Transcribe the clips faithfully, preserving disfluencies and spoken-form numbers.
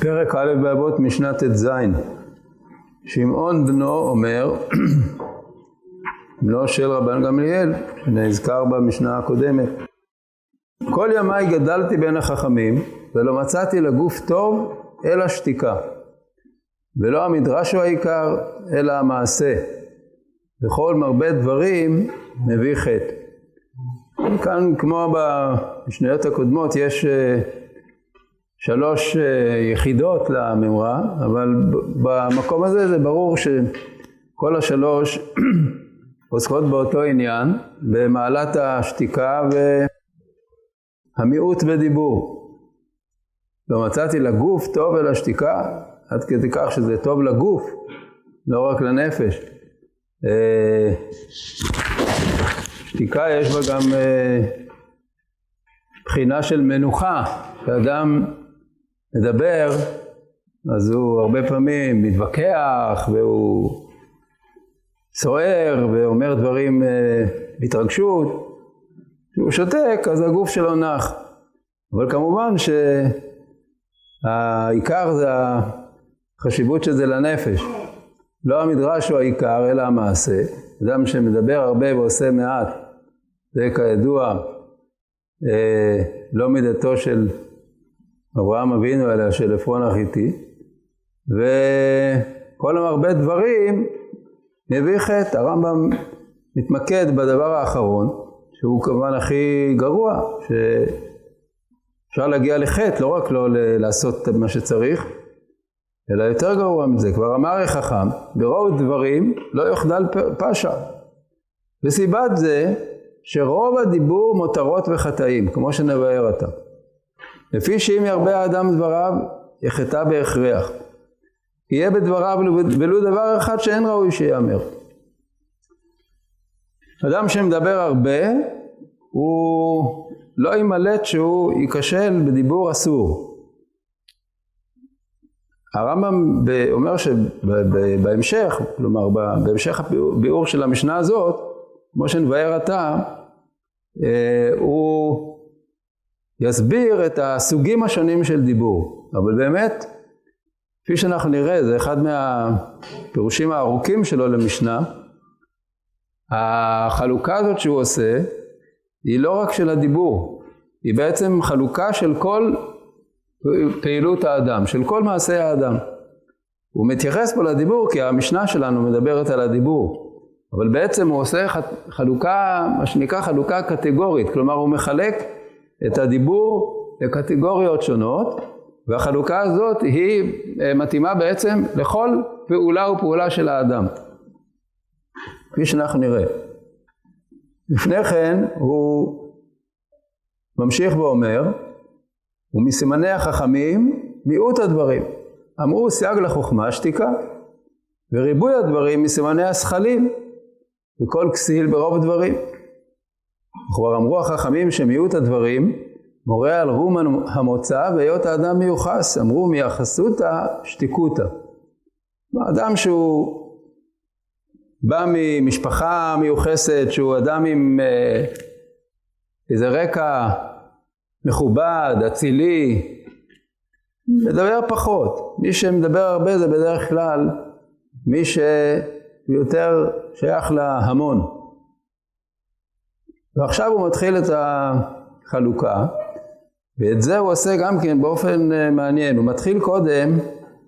פרק א' באבות משנה ט"ז. שמעון בנו אומר, בנו של רבן גמליאל, שנזכר במשנה הקודמת, כל ימיי גדלתי בין החכמים, ולא מצאתי לגוף טוב אלא שתיקה, ולא המדרש הוא העיקר אלא המעשה, וכל מרבה דברים מביא חטא. כאן כמו במשניות הקודמות יש שלוש יחידות לממרה, אבל במקום הזה זה ברור שכל השלוש עוסקות באותו עניין, במעלת השתיקה והמיעוט בדיבור. לא מצאתי לגוף טוב אלא שתיקה, עד כדי כך שזה טוב לגוף, לא רק לנפש. שתיקה יש בה גם בחינה של מנוחה, כשאדם מדבר, אז הוא הרבה פעמים מתווכח, והוא סוער, ואומר דברים בהתרגשות. כשהוא שותק, אז הגוף שלו נח. אבל כמובן שהעיקר זה החשיבות שזה לנפש. לא המדרש הוא העיקר, אלא המעשה. אדם שמדבר הרבה ועושה מעט, זה כידוע לא מידתו של אברהם אבינו, אלא של עפרון החיתי, וכל המרבה דברים מביא חטא. הרמב"ם מתמקד בדבר האחרון, שהוא כמובן הכי גרוע, שאפשר להגיע לחטא, לא רק לא לעשות מה שצריך, אלא יותר גרוע מזה. כבר אמר החכם, ברוב דברים לא יחדל פשע. וסיבת זה שרוב הדיבור מותרות וחטאים, כמו שנבאר אותם. לפי שאם ירבה האדם דבריו, יחטא בהכרח. יהיה בדבריו ולו דבר אחד שאין ראוי שיאמר. אדם שמדבר הרבה, הוא לא ימלט שהוא ייכשל בדיבור אסור. הרמב"ם אומר שבהמשך, כלומר בהמשך הביאור של המשנה הזאת, כמו שנבאר עתה, הוא יסביר את הסוגים השונים של דיבור. אבל באמת, כפי שאנחנו נראה, זה אחד מהפירושים הארוכים שלו למשנה. החלוקה הזאת שהוא עושה, היא לא רק של הדיבור, היא בעצם חלוקה של כל פעילות האדם, של כל מעשה האדם. הוא מתייחס פה לדיבור, כי המשנה שלנו מדברת על הדיבור. אבל בעצם הוא עושה חלוקה, מה שנקרא חלוקה קטגורית, כלומר הוא מחלק את הדיבור לקטגוריות שונות, והחלוקה הזאת היא מתאימה בעצם לכל פעולה ופעולה של האדם. כפי שאנחנו נראה. לפני כן הוא ממשיך ואומר, ומסימני החכמים מיעוט הדברים. אמרו סייג לחוכמה שתיקה, וריבוי הדברים מסימני השכלים, וכל כסיל ברוב דברים. כבר אמרו החכמים שמיעוט הדברים מורה על רום המוצא והיות האדם מיוחס. אמרו מיחסותא שתיקותא. האדם שהוא בא ממשפחה מיוחסת, שהוא אדם עם אה, איזה רקע מכובד, אצילי, מדבר פחות. מי שמדבר הרבה זה בדרך כלל מי שיותר שייך להמון. ועכשיו הוא מתחיל את החלוקה, ואת זה הוא עושה גם כן באופן מעניין. הוא מתחיל קודם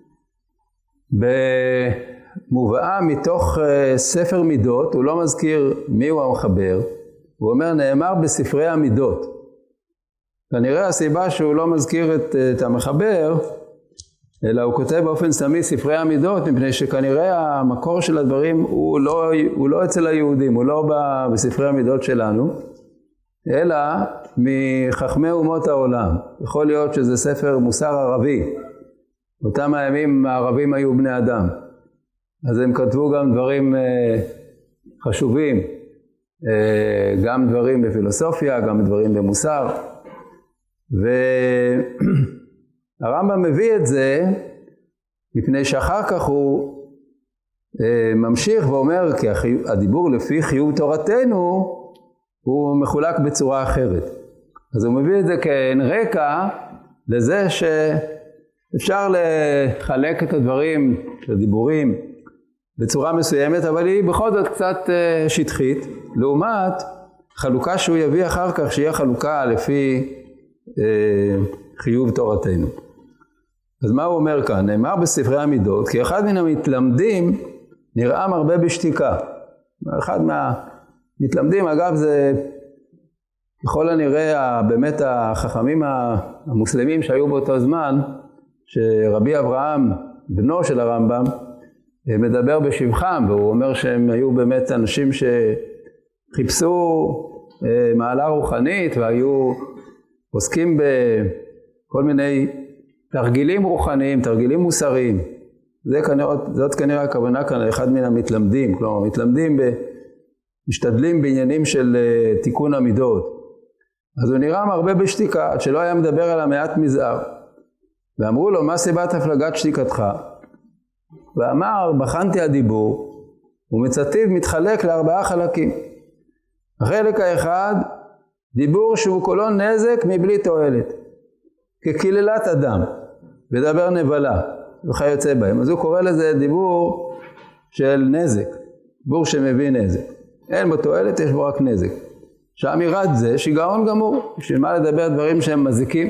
במובאה מתוך ספר מידות, הוא לא מזכיר מי הוא המחבר, הוא אומר נאמר בספרי המידות. כנראה הסיבה שהוא לא מזכיר את, את המחבר, אלא הוא כותב באופן סמי ספרי המידות, מפני שכנראה המקור של הדברים הוא לא, הוא לא אצל היהודים, הוא לא בספרי המידות שלנו, אלא מחכמי אומות העולם. יכול להיות שזה ספר מוסר ערבי. אותם הימים הערבים היו בני אדם. אז הם כתבו גם דברים חשובים, גם דברים בפילוסופיה, גם דברים במוסר. והרמב"ם מביא את זה מפני שאחר כך הוא ממשיך ואומר, כי הדיבור לפי חיוב תורתנו הוא מחולק בצורה אחרת. אז הוא מביא את זה כאין רקע לזה אפשר לחלק את הדברים, את הדיבורים, בצורה מסוימת, אבל היא בכל זאת קצת שטחית, לעומת חלוקה שהוא יביא אחר כך, שהיא החלוקה לפי אה, חיוב תורתנו. אז מה הוא אומר כאן? נאמר בספרי המידות, כי אחד מן המתלמדים נראה מרבה בשתיקה. אחד מהמתלמדים, אגב, זה ככל הנראה באמת החכמים המוסלמים שהיו באותו זמן, שרבי אברהם, בנו של הרמב"ם, מדבר בשבחם, והוא אומר שהם היו באמת אנשים שחיפשו מעלה רוחנית, והיו עוסקים בכל מיני תרגילים רוחניים, תרגילים מוסריים. זה כנראה, זאת כנראה הכוונה כאן, אחד מן המתלמדים, כלומר, מתלמדים, ב, משתדלים בעניינים של תיקון המידות. אז הוא נראה מרבה בשתיקה, עד שלא היה מדבר על המעט מזער. ואמרו לו, מה סיבת הפלגת שתיקתך? ואמר, בחנתי הדיבור, ומצטיב מתחלק לארבעה חלקים. החלק האחד, דיבור שהוא כולו נזק מבלי תועלת, כקללת אדם, ודבר נבלה, וכיוצא בהם. אז הוא קורא לזה דיבור של נזק, דיבור שמביא נזק. אין בו תועלת, יש בו רק נזק. שאמירת זה שיגעון גמור, בשביל מה לדבר דברים שהם מזיקים.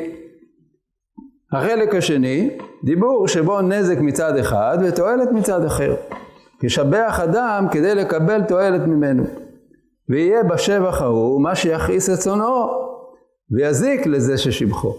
החלק השני, דיבור שבו נזק מצד אחד ותועלת מצד אחר. כשבח אדם כדי לקבל תועלת ממנו. ויהיה בשבח ההוא מה שיכעיס את שונאו ויזיק לזה ששבחו.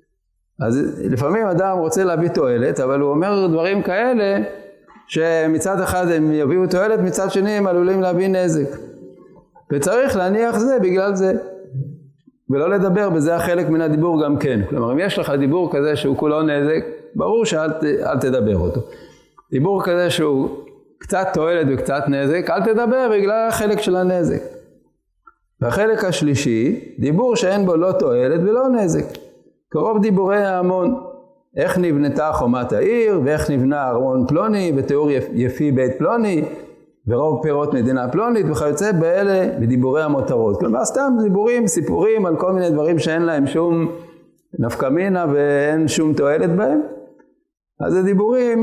אז לפעמים אדם רוצה להביא תועלת, אבל הוא אומר דברים כאלה שמצד אחד הם יביאו תועלת, מצד שני הם עלולים להביא נזק. וצריך להניח זה בגלל זה. ולא לדבר בזה החלק מן הדיבור גם כן. כלומר, אם יש לך דיבור כזה שהוא כולו נזק, ברור שאל אל תדבר אותו. דיבור כזה שהוא קצת תועלת וקצת נזק, אל תדבר בגלל החלק של הנזק. והחלק השלישי, דיבור שאין בו לא תועלת ולא נזק. קרוב דיבורי ההמון, איך נבנתה חומת העיר, ואיך נבנה ארמון פלוני, ותיאור יפי בית פלוני, ורוב פירות מדינה פלונית, וכיוצא באלה בדיבורי המותרות. כלומר, סתם דיבורים, סיפורים על כל מיני דברים שאין להם שום נפקא מינה ואין שום תועלת בהם. אז זה דיבורים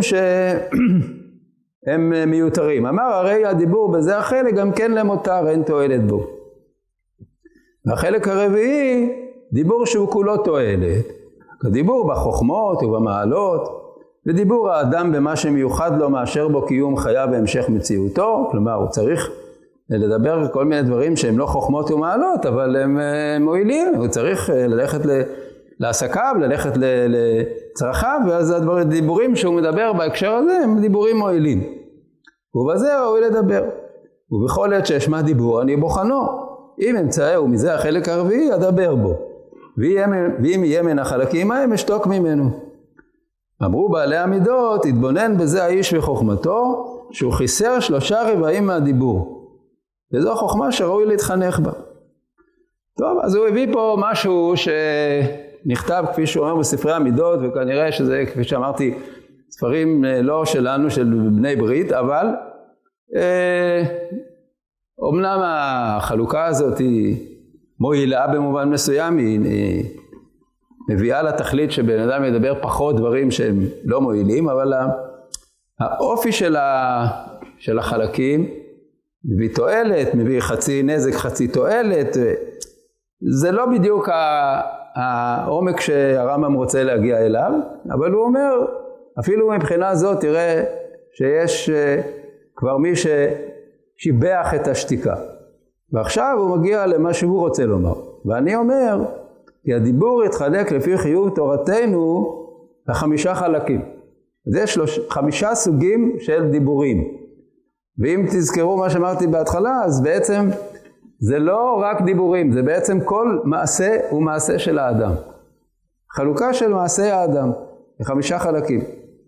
שהם מיותרים. אמר, הרי הדיבור בזה החלק גם כן למותר, אין תועלת בו. והחלק הרביעי, דיבור שהוא כולו תועלת. הדיבור בחוכמות ובמעלות, ודיבור האדם במה שמיוחד לו מאשר בו קיום חיה והמשך מציאותו, כלומר הוא צריך לדבר כל מיני דברים שהם לא חוכמות ומעלות, אבל הם מועילים, הוא צריך ללכת לעסקיו, ללכת לצרכיו, ואז הדיבורים שהוא מדבר בהקשר הזה הם דיבורים מועילים. ובזה ראוי לדבר. ובכל עת שאשמע דיבור אני בוחנו, אם אמצעהו מזה החלק הרביעי אדבר בו, ואם יהיה מן החלקים ההם אשתוק ממנו. אמרו בעלי המידות, התבונן בזה האיש וחוכמתו, שהוא חיסר שלושה רבעים מהדיבור. וזו חוכמה שראוי להתחנך בה. טוב, אז הוא הביא פה משהו שנכתב, כפי שהוא אומר, בספרי המידות, וכנראה שזה, כפי שאמרתי, ספרים לא שלנו, של בני ברית, אבל אה, אומנם החלוקה הזאת היא מועילה במובן מסוים, היא... היא מביאה לתכלית שבן אדם ידבר פחות דברים שהם לא מועילים, אבל האופי של, ה, של החלקים מביא תועלת, מביא חצי נזק, חצי תועלת. זה לא בדיוק העומק שהרמב"ם רוצה להגיע אליו, אבל הוא אומר, אפילו מבחינה זאת תראה שיש כבר מי ששיבח את השתיקה. ועכשיו הוא מגיע למה שהוא רוצה לומר. ואני אומר, כי הדיבור יתחלק לפי חיוב תורתנו לחמישה חלקים. אז יש שלוש, חמישה סוגים של דיבורים. ואם תזכרו מה שאמרתי בהתחלה, אז בעצם זה לא רק דיבורים, זה בעצם כל מעשה הוא מעשה של האדם. חלוקה של מעשה האדם לחמישה חלקים.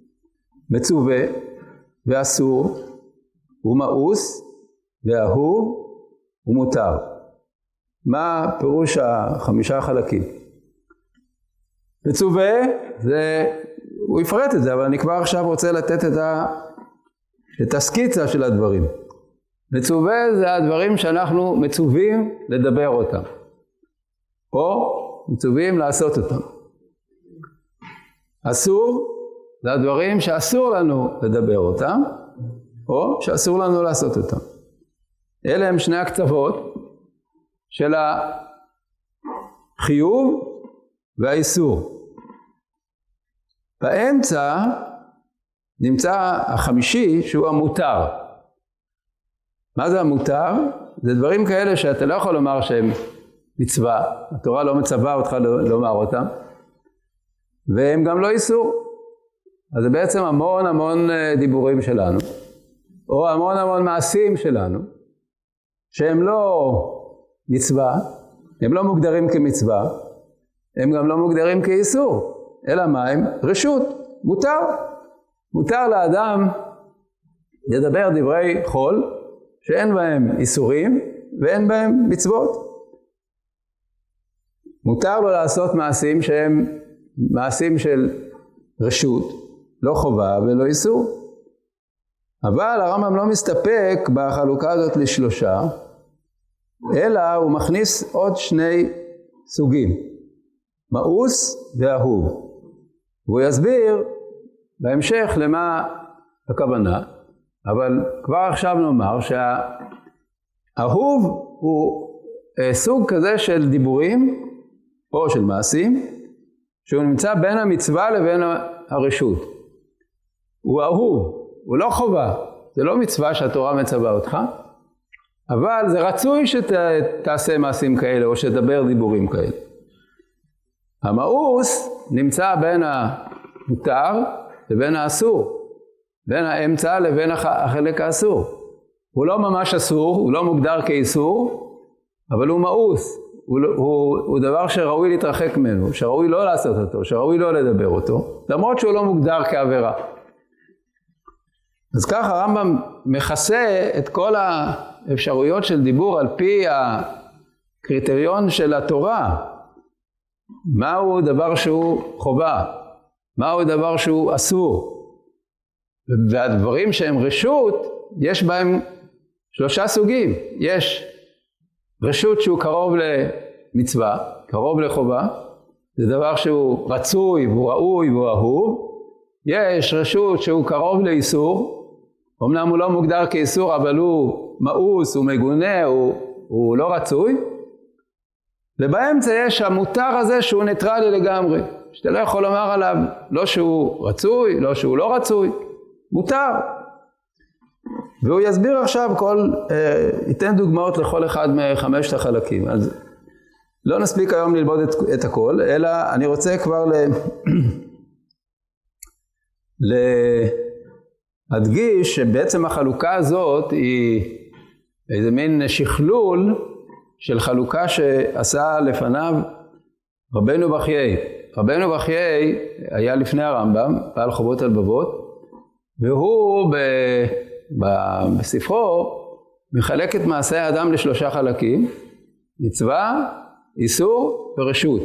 מצווה ואסור ומאוס ואהוב ומותר. מה פירוש החמישה חלקים? מצווה, זה, הוא יפרט את זה, אבל אני כבר עכשיו רוצה לתת את, ה, את הסקיצה של הדברים. מצווה זה הדברים שאנחנו מצווים לדבר אותם, או מצווים לעשות אותם. אסור זה הדברים שאסור לנו לדבר אותם, או שאסור לנו לעשות אותם. אלה הם שני הקצוות של החיוב והאיסור. באמצע נמצא החמישי שהוא המותר. מה זה המותר? זה דברים כאלה שאתה לא יכול לומר שהם מצווה, התורה לא מצווה אותך לומר אותם, והם גם לא איסור. אז זה בעצם המון המון דיבורים שלנו, או המון המון מעשים שלנו, שהם לא מצווה, הם לא מוגדרים כמצווה, הם גם לא מוגדרים כאיסור, אלא מה הם? רשות, מותר. מותר לאדם לדבר דברי חול, שאין בהם איסורים ואין בהם מצוות. מותר לו לעשות מעשים שהם מעשים של רשות, לא חובה ולא איסור. אבל הרמב"ם לא מסתפק בחלוקה הזאת לשלושה, אלא הוא מכניס עוד שני סוגים, מאוס ואהוב. והוא יסביר בהמשך למה הכוונה, אבל כבר עכשיו נאמר שהאהוב הוא סוג כזה של דיבורים או של מעשים, שהוא נמצא בין המצווה לבין הרשות. הוא אהוב, הוא לא חובה, זה לא מצווה שהתורה מצווה אותך, אבל זה רצוי שתעשה מעשים כאלה או שתדבר דיבורים כאלה. המאוס נמצא בין המותר לבין האסור, בין האמצע לבין החלק האסור. הוא לא ממש אסור, הוא לא מוגדר כאיסור, אבל הוא מאוס, הוא, הוא, הוא דבר שראוי להתרחק ממנו, שראוי לא לעשות אותו, שראוי לא לדבר אותו, למרות שהוא לא מוגדר כעבירה. אז ככה הרמב"ם מכסה את כל האפשרויות של דיבור על פי הקריטריון של התורה. מהו דבר שהוא חובה? מהו דבר שהוא אסור? והדברים שהם רשות, יש בהם שלושה סוגים. יש רשות שהוא קרוב למצווה, קרוב לחובה, זה דבר שהוא רצוי והוא ראוי והוא אהוב. יש רשות שהוא קרוב לאיסור, אמנם הוא לא מוגדר כאיסור, אבל הוא מאוס, הוא מגונה, הוא, הוא לא רצוי. ובאמצע יש המותר הזה שהוא ניטרלי לגמרי, שאתה לא יכול לומר עליו לא שהוא רצוי, לא שהוא לא רצוי, מותר. והוא יסביר עכשיו כל, אה, ייתן דוגמאות לכל אחד מחמשת החלקים. אז לא נספיק היום ללמוד את, את הכל, אלא אני רוצה כבר ל... להדגיש שבעצם החלוקה הזאת היא איזה מין שכלול של חלוקה שעשה לפניו רבנו בחיי. רבנו בחיי היה לפני הרמב"ם, בעל חובות הלבבות, והוא ב... ב... בספרו מחלק את מעשה האדם לשלושה חלקים, מצווה, איסור ורשות.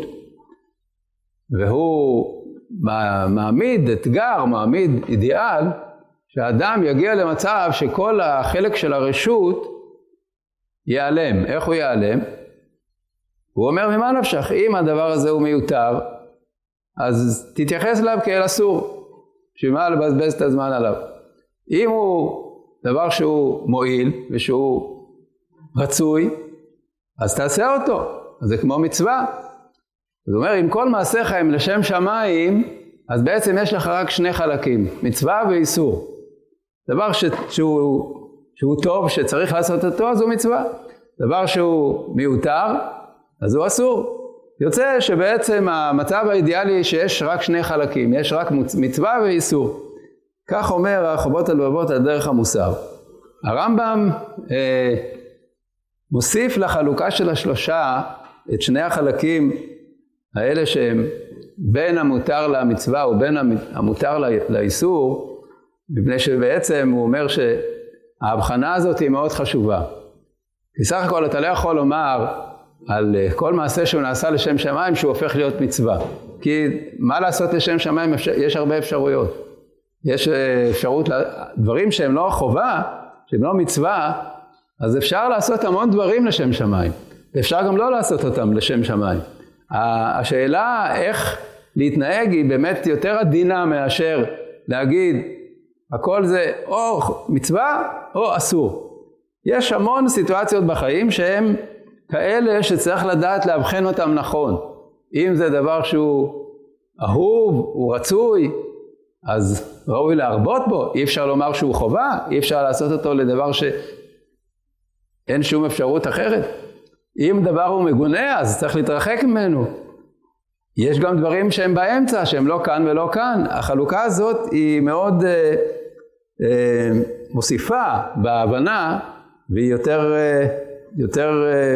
והוא מעמיד אתגר, מעמיד אידיאל, שהאדם יגיע למצב שכל החלק של הרשות ייעלם. איך הוא ייעלם? הוא אומר, ממה נפשך? אם הדבר הזה הוא מיותר, אז תתייחס אליו כאל אסור, שמה לבזבז את הזמן עליו. אם הוא דבר שהוא מועיל ושהוא רצוי, אז תעשה אותו. אז זה כמו מצווה. זאת אומרת, אם כל מעשיך הם לשם שמיים, אז בעצם יש לך רק שני חלקים, מצווה ואיסור. דבר ש... שהוא... שהוא טוב, שצריך לעשות אותו, אז הוא מצווה. דבר שהוא מיותר, אז הוא אסור. יוצא שבעצם המצב האידיאלי שיש רק שני חלקים, יש רק מצווה ואיסור. כך אומר החובות הלבבות על דרך המוסר. הרמב"ם אה, מוסיף לחלוקה של השלושה את שני החלקים האלה שהם בין המותר למצווה ובין המותר לאיסור, מפני שבעצם הוא אומר שההבחנה הזאת היא מאוד חשובה. כי סך הכל אתה לא יכול לומר על כל מעשה שהוא נעשה לשם שמיים שהוא הופך להיות מצווה. כי מה לעשות לשם שמיים? יש הרבה אפשרויות. יש אפשרות לדברים שהם לא חובה, שהם לא מצווה, אז אפשר לעשות המון דברים לשם שמיים. אפשר גם לא לעשות אותם לשם שמיים. השאלה איך להתנהג היא באמת יותר עדינה מאשר להגיד, הכל זה או מצווה או אסור. יש המון סיטואציות בחיים שהן כאלה שצריך לדעת להבחן אותם נכון. אם זה דבר שהוא אהוב, הוא רצוי, אז ראוי להרבות בו. אי אפשר לומר שהוא חובה, אי אפשר לעשות אותו לדבר שאין שום אפשרות אחרת. אם דבר הוא מגונה, אז צריך להתרחק ממנו. יש גם דברים שהם באמצע, שהם לא כאן ולא כאן. החלוקה הזאת היא מאוד אה, אה, מוסיפה בהבנה, והיא יותר, אה, יותר אה,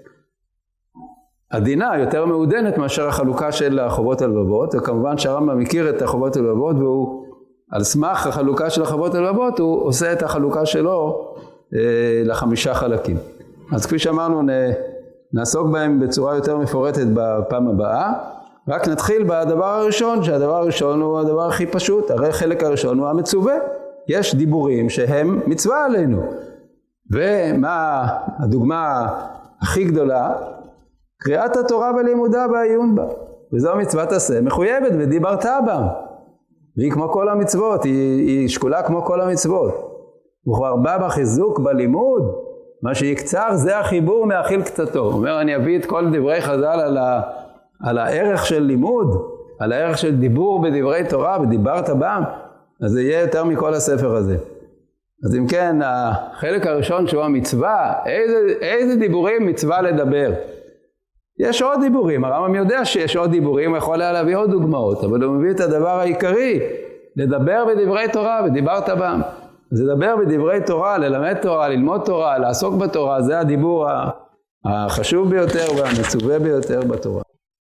עדינה, יותר מעודנת מאשר החלוקה של החובות הלבבות. וכמובן שהרמב"ם מכיר את החובות הלבבות, והוא על סמך החלוקה של החובות הלבבות, הוא עושה את החלוקה שלו אה, לחמישה חלקים. אז כפי שאמרנו, נ, נעסוק בהם בצורה יותר מפורטת בפעם הבאה. רק נתחיל בדבר הראשון, שהדבר הראשון הוא הדבר הכי פשוט. הרי החלק הראשון הוא המצווה. יש דיבורים שהם מצווה עלינו. ומה הדוגמה הכי גדולה? קריאת התורה ולימודה והעיון בה. וזו מצוות עשה מחויבת ודיברת בה. והיא כמו כל המצוות, היא, היא שקולה כמו כל המצוות. וכבר בא בחיזוק בלימוד, מה שיקצר זה החיבור מאכיל קצתו. הוא אומר, אני אביא את כל דברי חז"ל על, ה, על הערך של לימוד, על הערך של דיבור בדברי תורה, ודיברת בם, אז זה יהיה יותר מכל הספר הזה. אז אם כן, החלק הראשון שהוא המצווה, איזה, איזה דיבורים מצווה לדבר? יש עוד דיבורים, הרמב"ם יודע שיש עוד דיבורים, הוא יכול להביא עוד דוגמאות, אבל הוא מביא את הדבר העיקרי, לדבר בדברי תורה, ודיברת בם. אז לדבר בדברי תורה, ללמד תורה, ללמוד תורה, לעסוק בתורה, זה הדיבור החשוב ביותר והמצווה ביותר בתורה.